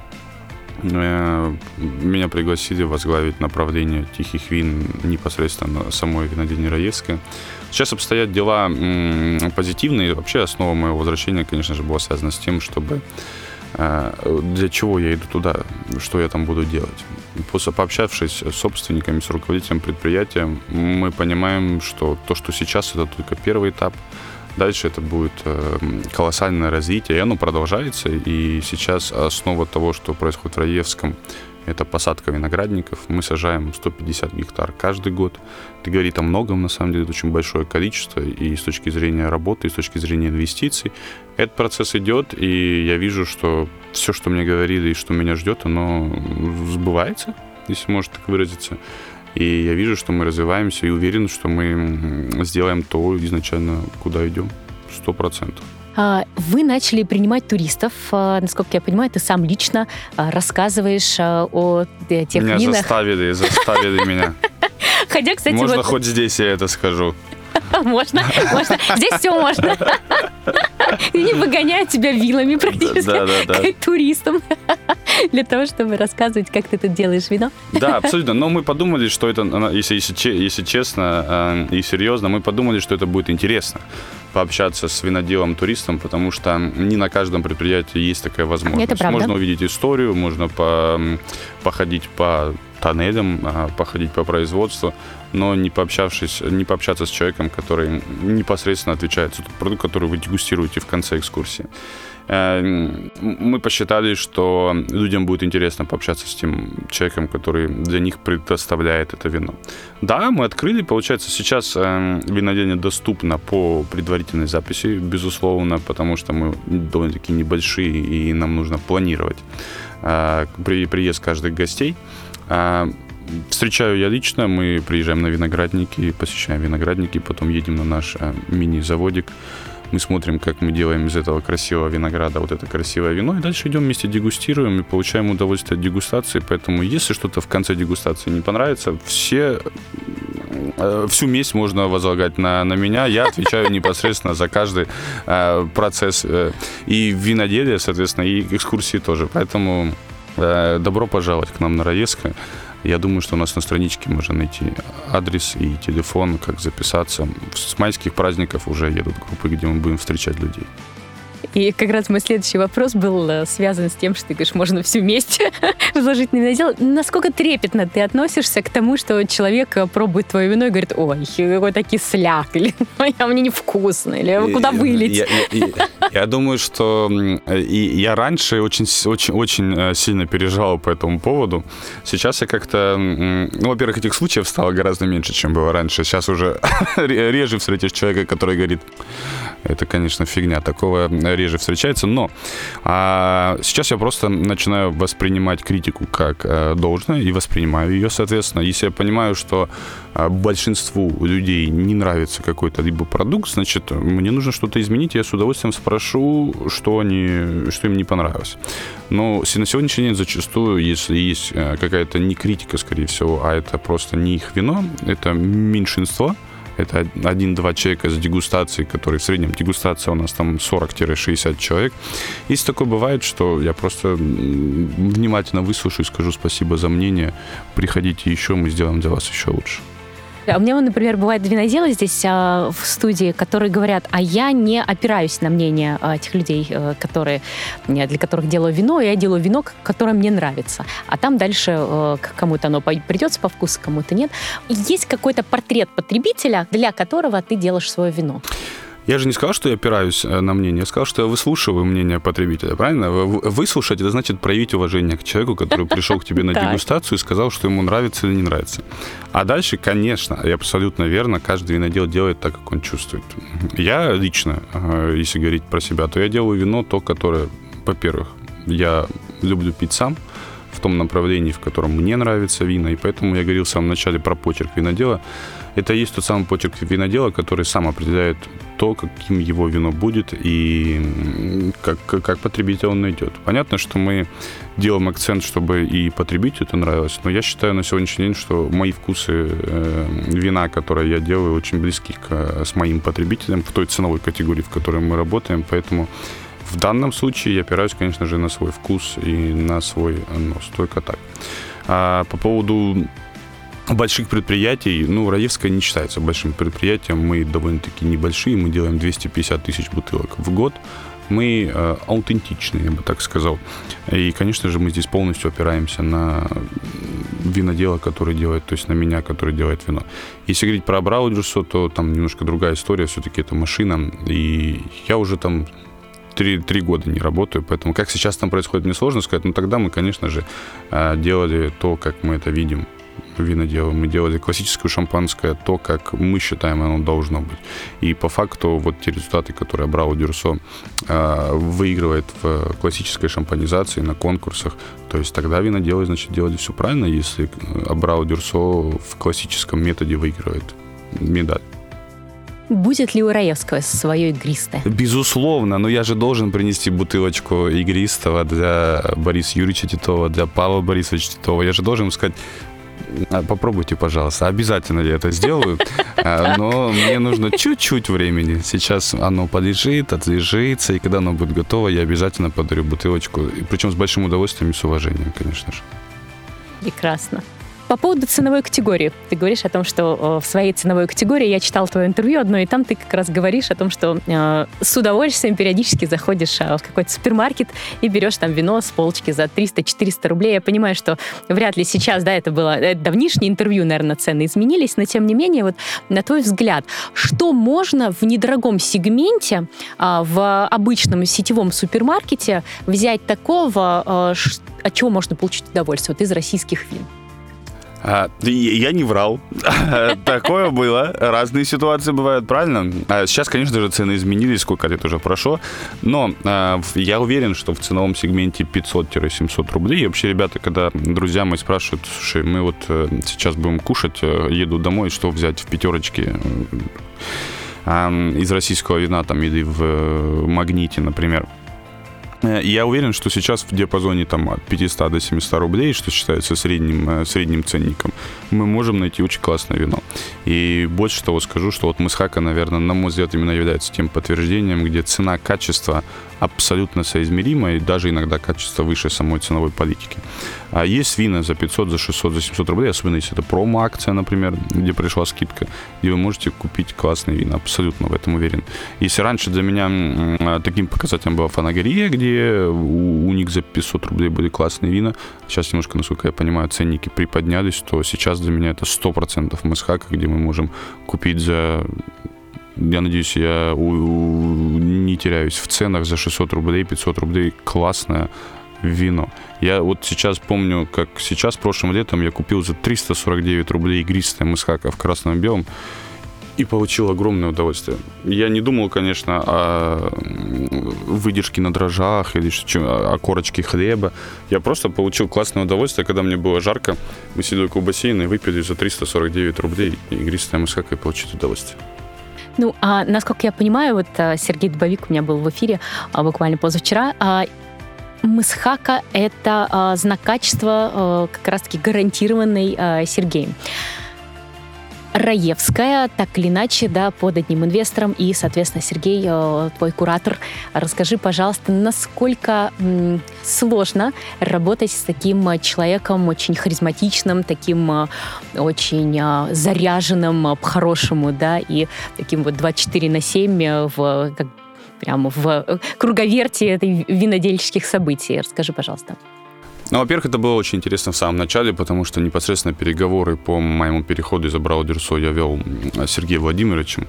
Меня пригласили возглавить направление тихих вин непосредственно на самой винодельне Раевская. Сейчас обстоят дела м, позитивные. Вообще основа моего возвращения, конечно же, была связана с тем, чтобы э, для чего я иду туда, что я там буду делать. После пообщавшись с собственниками, с руководителем предприятия, мы понимаем, что то, что сейчас, это только первый этап. Дальше это будет колоссальное развитие, и оно продолжается. И сейчас основа того, что происходит в Раевском, это посадка виноградников. Мы сажаем сто пятьдесят гектар каждый год. Это говорит о многом, на самом деле, это очень большое количество. И с точки зрения работы, и с точки зрения инвестиций. Этот процесс идет, и я вижу, что все, что мне говорили и что меня ждет, оно сбывается, если можно так выразиться. И я вижу, что мы развиваемся, и уверен, что мы сделаем то изначально, куда идем, сто процентов. Вы начали принимать туристов. Насколько я понимаю, ты сам лично рассказываешь о тех меня винах. Меня заставили, заставили меня. Хотя, кстати, можно вот... хоть здесь я это скажу. Можно, можно. Здесь все можно. Не выгоняют тебя вилами практически, да, да, да. Как туристам, для того, чтобы рассказывать, как ты тут делаешь вино. Да, абсолютно. Но мы подумали, что это, если, если, если честно и серьезно, мы подумали, что это будет интересно пообщаться с виноделом-туристом, потому что не на каждом предприятии есть такая возможность. Это правда. Можно увидеть историю, можно по, походить по тоннелям, походить по производству, но не пообщавшись, не пообщаться с человеком, который непосредственно отвечает за тот продукт, который вы дегустируете в конце экскурсии. Мы посчитали, что людям будет интересно пообщаться с тем человеком, который для них предоставляет это вино. Да, мы открыли, получается, сейчас винодельня доступна по предварительной записи, безусловно, потому что мы довольно-таки небольшие, и нам нужно планировать приезд каждых гостей. Встречаю я лично, мы приезжаем на виноградники, посещаем виноградники, потом едем на наш мини-заводик. Мы смотрим, как мы делаем из этого красивого винограда вот это красивое вино, и дальше идем вместе дегустируем и получаем удовольствие от дегустации. Поэтому, если что-то в конце дегустации не понравится, все, всю месть можно возлагать на, на меня. Я отвечаю непосредственно за каждый э, процесс э, и виноделия, соответственно, и экскурсии тоже. Поэтому э, добро пожаловать к нам на Раевское. Я думаю, что у нас на страничке можно найти адрес и телефон, как записаться. С майских праздников уже едут группы, где мы будем встречать людей. И как раз мой следующий вопрос был связан с тем, что ты говоришь, можно все вместе вложить на винодело. Насколько трепетно ты относишься к тому, что человек пробует твое вино и говорит, ой, какой-то кисляк, или а мне невкусно, или куда вылить? Я, я, я, я думаю, что и я раньше очень, очень, очень сильно переживал по этому поводу. Сейчас я как-то... Ну, во-первых, этих случаев стало гораздо меньше, чем было раньше. Сейчас уже реже встретишь человека, который говорит, это, конечно, фигня, такого реже встречается, но а, сейчас я просто начинаю воспринимать критику как а, должное и воспринимаю ее, соответственно. Если я понимаю, что а, большинству людей не нравится какой-то либо продукт, значит, мне нужно что-то изменить, я с удовольствием спрошу, что, они, что им не понравилось. Но на сегодняшний день зачастую, если есть какая-то не критика, скорее всего, а это просто не их вино, это меньшинство. Это один-два человека с дегустацией, которые в среднем дегустация у нас там сорок-шестьдесят человек. Если такое бывает, что я просто внимательно выслушаю и скажу спасибо за мнение, приходите еще, мы сделаем для вас еще лучше. А у меня, например, бывают виноделы здесь а, в студии, которые говорят, а я не опираюсь на мнение а, тех людей, а, которые, для которых делаю вино, я делаю вино, которое мне нравится. А там дальше а, кому-то оно придется по вкусу, кому-то нет. Есть какой-то портрет потребителя, для которого ты делаешь свое вино? Я же не сказал, что я опираюсь на мнение, я сказал, что я выслушиваю мнение потребителя, правильно? Выслушать — это значит проявить уважение к человеку, который пришел к тебе на дегустацию и сказал, что ему нравится или не нравится. А дальше, конечно, и абсолютно верно, каждый винодел делает так, как он чувствует. Я лично, если говорить про себя, то я делаю вино то, которое, во-первых, я люблю пить сам, в том направлении, в котором мне нравится вина, и поэтому я говорил в самом начале про почерк винодела. Это есть тот самый почерк винодела, который сам определяет то, каким его вино будет и как, как потребитель он найдет. Понятно, что мы делаем акцент, чтобы и потребителю это нравилось, но я считаю на сегодняшний день, что мои вкусы э, вина, которые я делаю, очень близки к, с моим потребителем в той ценовой категории, в которой мы работаем, поэтому в данном случае я опираюсь, конечно же, на свой вкус и на свой нос, только так. А по поводу больших предприятий, ну, Раевская не считается большим предприятием, мы довольно-таки небольшие, мы делаем двести пятьдесят тысяч бутылок в год, мы э, аутентичные, я бы так сказал. И, конечно же, мы здесь полностью опираемся на винодела, который делает, то есть на меня, который делает вино. Если говорить про Абрау Дюрсо, то там немножко другая история, все-таки это машина, и я уже там Три, три года не работаю, поэтому как сейчас там происходит, мне сложно сказать, но тогда мы, конечно же, делали то, как мы это видим, виноделы. Мы делали классическое шампанское, то, как мы считаем, оно должно быть. И по факту вот те результаты, которые Абрау Дюрсо выигрывает в классической шампанизации, на конкурсах, то есть тогда виноделы, значит, делали все правильно, если Абрау Дюрсо в классическом методе выигрывает медаль. Будет ли у Раевского свое игристое? Безусловно, но я же должен принести бутылочку игристого для Бориса Юрьевича Титова, для Павла Борисовича Титова. Я же должен сказать, попробуйте, пожалуйста. Обязательно я это сделаю, но мне нужно чуть-чуть времени. Сейчас оно полежит, отлежится, и когда оно будет готово, я обязательно подарю бутылочку. Причем с большим удовольствием и с уважением, конечно же. Прекрасно. По поводу ценовой категории. Ты говоришь о том, что в своей ценовой категории, я читала твое интервью одно, и там ты как раз говоришь о том, что э, с удовольствием периодически заходишь в какой-то супермаркет и берешь там вино с полочки за триста-четыреста рублей. Я понимаю, что вряд ли сейчас, да, это было это давнишнее интервью, наверное, цены изменились, но тем не менее, вот на твой взгляд, что можно в недорогом сегменте, э, в обычном сетевом супермаркете взять такого, э, от чего можно получить удовольствие вот из российских вин? А, я не врал. Такое было. Разные ситуации бывают, правильно? А сейчас, конечно же, цены изменились, сколько лет уже прошло. Но а, я уверен, что в ценовом сегменте пятьсот-семьсот рублей. И вообще, ребята, когда друзья мои спрашивают, слушай, мы вот сейчас будем кушать, еду домой, что взять в пятерочке а, из российского вина там или в Магните, например. Я уверен, что сейчас в диапазоне там, от пятисот до семисот рублей, что считается средним, средним ценником, мы можем найти очень классное вино. И больше того скажу, что вот Мысхака, наверное, на мой взгляд, именно является тем подтверждением, где цена-качество абсолютно соизмерима, и даже иногда качество выше самой ценовой политики. А есть вина за пятьсот, за шестьсот, за семьсот рублей, особенно если это промо-акция, например, где пришла скидка, где вы можете купить классные вина. Абсолютно в этом уверен. Если раньше для меня таким показателем была Фанагория, где у, у них за пятьсот рублей были классные вина, сейчас немножко, насколько я понимаю, ценники приподнялись, то сейчас для меня это сто процентов Мысхака, где мы можем купить за... Я надеюсь, я у, у, не теряюсь в ценах за шестьсот рублей, пятьсот рублей. Классное вино. Я вот сейчас помню, как сейчас, прошлым летом, я купил за триста сорок девять рублей игристое Мысхака в красном и белом и получил огромное удовольствие. Я не думал, конечно, о выдержке на дрожжах или о корочке хлеба. Я просто получил классное удовольствие, когда мне было жарко. Мы сидели около бассейна и выпили за триста сорок девять рублей игристое Мысхака и получили удовольствие. Ну, а насколько я понимаю, вот Сергей Дубовик у меня был в эфире а, буквально позавчера. А, Мысхака – это а, знак качества, а, как раз-таки гарантированный а, Сергеем. Раевская, так или иначе, да, под одним инвестором. И, соответственно, Сергей, твой куратор, расскажи, пожалуйста, насколько м, сложно работать с таким человеком, очень харизматичным, таким очень заряженным по-хорошему, да, и таким вот двадцать четыре на семь в, как, прямо в круговерти этой винодельческих событий. Расскажи, пожалуйста. Ну, во-первых, это было очень интересно в самом начале, потому что непосредственно переговоры по моему переходу из Абрау Дюрсо я вел с Сергеем Владимировичем.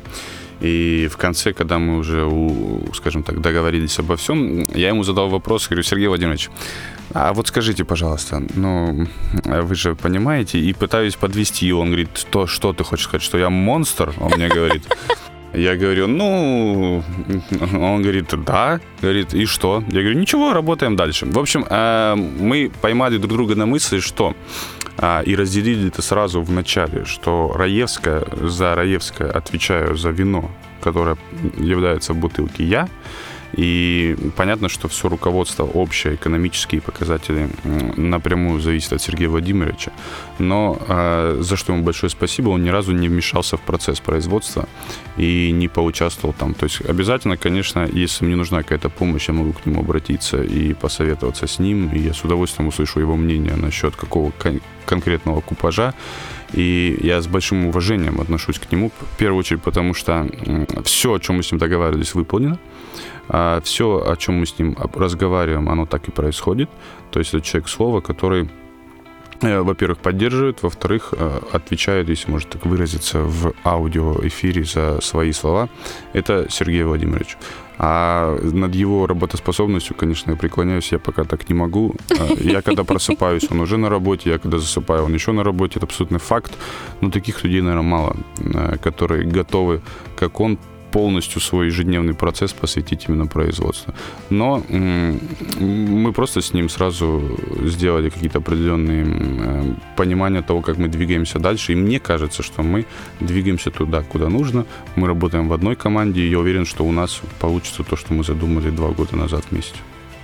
И в конце, когда мы уже, скажем так, договорились обо всем, я ему задал вопрос, говорю: Сергей Владимирович, а вот скажите, пожалуйста, ну, вы же понимаете, и пытаюсь подвести его. Он говорит: то, что ты хочешь сказать, что я монстр? Он мне говорит. Я говорю: ну, он говорит: да. Говорит: и что? Я говорю: ничего, работаем дальше. В общем, мы поймали друг друга на мысли, что и разделили это сразу в начале, что Раевская, за Раевское отвечаю за вино, которое является в бутылке я. И понятно, что все руководство общее, экономические показатели напрямую зависят от Сергея Владимировича. Но э, за что ему большое спасибо, он ни разу не вмешался в процесс производства и не поучаствовал там. То есть обязательно, конечно, если мне нужна какая-то помощь, я могу к нему обратиться и посоветоваться с ним. И я с удовольствием услышу его мнение насчет какого кон- конкретного купажа. И я с большим уважением отношусь к нему, в первую очередь, потому что все, о чем мы с ним договаривались, выполнено. Все, о чем мы с ним разговариваем, оно так и происходит. То есть это человек слова, который, во-первых, поддерживает, во-вторых, отвечает, если можно так выразиться, в аудиоэфире за свои слова. Это Сергей Владимирович. А над его работоспособностью, конечно, я преклоняюсь, я пока так не могу. Я когда просыпаюсь, он уже на работе, я когда засыпаю, он еще на работе. Это абсолютный факт. Но таких людей, наверное, мало, которые готовы, как он, полностью свой ежедневный процесс посвятить именно производству. Но м- мы просто с ним сразу сделали какие-то определенные м- понимания того, как мы двигаемся дальше. И мне кажется, что мы двигаемся туда, куда нужно. Мы работаем в одной команде, и я уверен, что у нас получится то, что мы задумали два года назад вместе.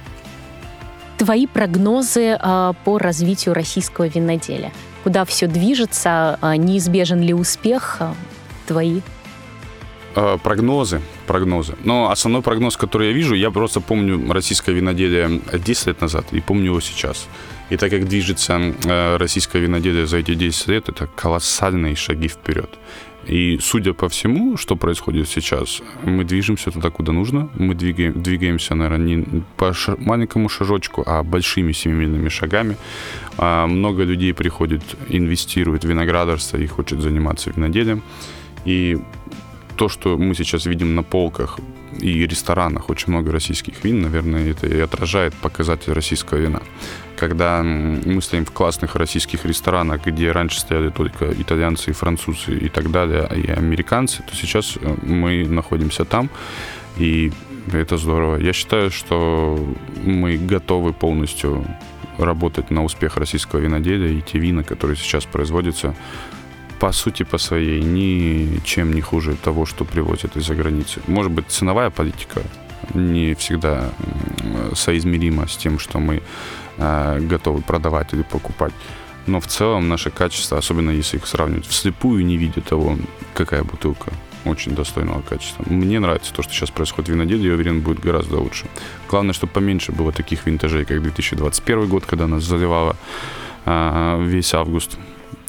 Твои прогнозы э, по развитию российского виноделия? Куда все движется? Э, неизбежен ли успех? Э, твои? Прогнозы, прогнозы. Но основной прогноз, который я вижу, я просто помню российское виноделие десять лет назад и помню его сейчас. И так как движется российское виноделие за эти десять лет, это колоссальные шаги вперед. И судя по всему, что происходит сейчас, мы движемся туда, куда нужно. Мы двигаем, двигаемся, наверное, не по ш- маленькому шажочку, а большими семимильными шагами. А много людей приходит, инвестирует в виноградарство и хочет заниматься виноделием. И то, что мы сейчас видим на полках и ресторанах, очень много российских вин, наверное, это и отражает показатель российского вина. Когда мы стоим в классных российских ресторанах, где раньше стояли только итальянцы, французы и так далее, и американцы, то сейчас мы находимся там, и это здорово. Я считаю, что мы готовы полностью работать на успех российского виноделия, и те вина, которые сейчас производятся, по сути, по своей, ничем не хуже того, что привозят из-за границы. Может быть, ценовая политика не всегда соизмеримо с тем, что мы готовы продавать или покупать. Но в целом наше качество, особенно если их сравнивать вслепую, не видя того, какая бутылка, очень достойного качества. Мне нравится то, что сейчас происходит в виноделе, я уверен, будет гораздо лучше. Главное, чтобы поменьше было таких винтажей, как две тысячи двадцать первый год, когда нас заливало а, весь август.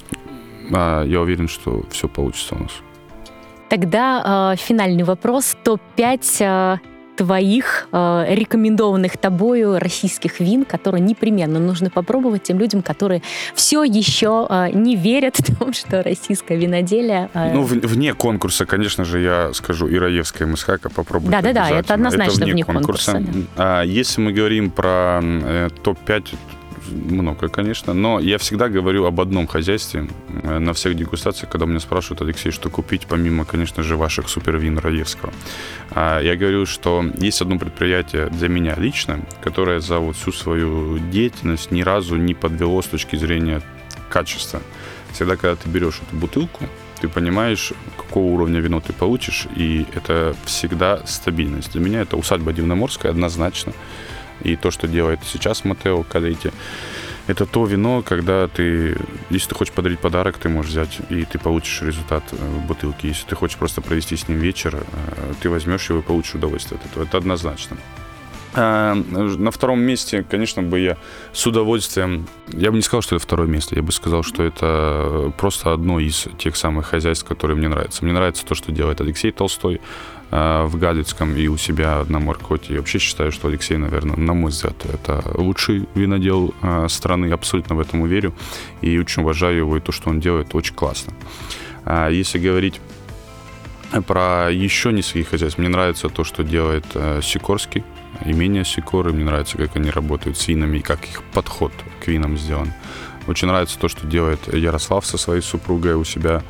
А, я уверен, что все получится у нас. Тогда э, финальный вопрос. топ пять э, твоих э, рекомендованных тобою российских вин, которые непременно нужно попробовать тем людям, которые все еще э, не верят в том, что российское виноделие... Э... Ну, в, вне конкурса, конечно же, я скажу, Ираевская МСХ попробуйте. Да-да-да, это однозначно это вне, вне конкурса. конкурса. Да. А если мы говорим про э, топ пять, много, конечно, но я всегда говорю об одном хозяйстве на всех дегустациях, когда меня спрашивают: Алексей, что купить, помимо, конечно же, ваших супервин Раевского. Я говорю, что есть одно предприятие для меня лично, которое за вот всю свою деятельность ни разу не подвело с точки зрения качества. Всегда, когда ты берешь эту бутылку, ты понимаешь, какого уровня вино ты получишь, и это всегда стабильность. Для меня это усадьба Дивноморская однозначно. И то, что делает сейчас Матео Калетти, это то вино, когда ты, если ты хочешь подарить подарок, ты можешь взять, и ты получишь результат в бутылке. Если ты хочешь просто провести с ним вечер, ты возьмешь его и получишь удовольствие от этого. Это однозначно. А на втором месте, конечно, бы я с удовольствием... Я бы не сказал, что это второе место. Я бы сказал, что это просто одно из тех самых хозяйств, которые мне нравятся. Мне нравится то, что делает Алексей Толстой в Галицком и у себя на Моркоте. Я вообще считаю, что Алексей, наверное, на мой взгляд, это лучший винодел страны. Абсолютно в этом уверен. И очень уважаю его, и то, что он делает, очень классно. Если говорить про еще нескольких хозяйств, мне нравится то, что делает Сикорский, имение Сикоры. Мне нравится, как они работают с винами и как их подход к винам сделан. Очень нравится то, что делает Ярослав со своей супругой у себя.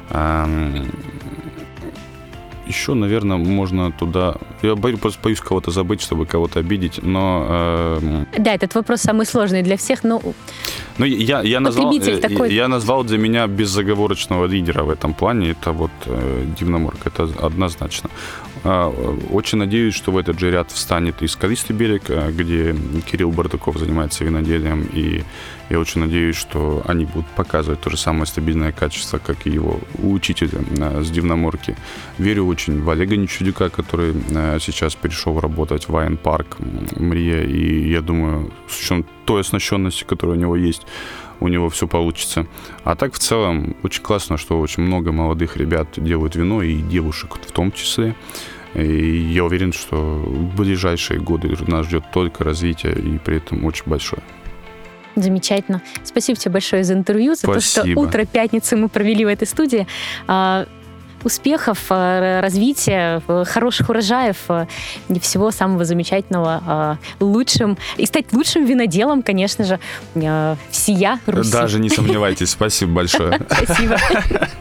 Еще, наверное, можно туда... Я боюсь, просто боюсь кого-то забыть, чтобы кого-то обидеть, но... Э... Да, этот вопрос самый сложный для всех, но... Ну, я, я, назвал, такой... я назвал для меня безоговорочного лидера в этом плане. Это вот э, Дивноморк, это однозначно. Э, очень надеюсь, что в этот же ряд встанет и Скалистый берег, где Кирилл Бардаков занимается виноделием, и я очень надеюсь, что они будут показывать то же самое стабильное качество, как и его учитель э, с Дивноморки. Верю очень в Олега Нечудюка, который э, сейчас перешел работать в Wine Park Мрия, и я думаю, с учетом той оснащенности, которая у него есть, у него все получится. А так, в целом, очень классно, что очень много молодых ребят делают вино, и девушек в том числе. И я уверен, что в ближайшие годы нас ждет только развитие, и при этом очень большое. Замечательно. Спасибо тебе большое за интервью, за Спасибо. То, что утро пятницы мы провели в этой студии. Успехов, развития, хороших урожаев и всего самого замечательного, лучшим, и стать лучшим виноделом, конечно же, всея Руси. Даже не сомневайтесь. Спасибо большое. Спасибо.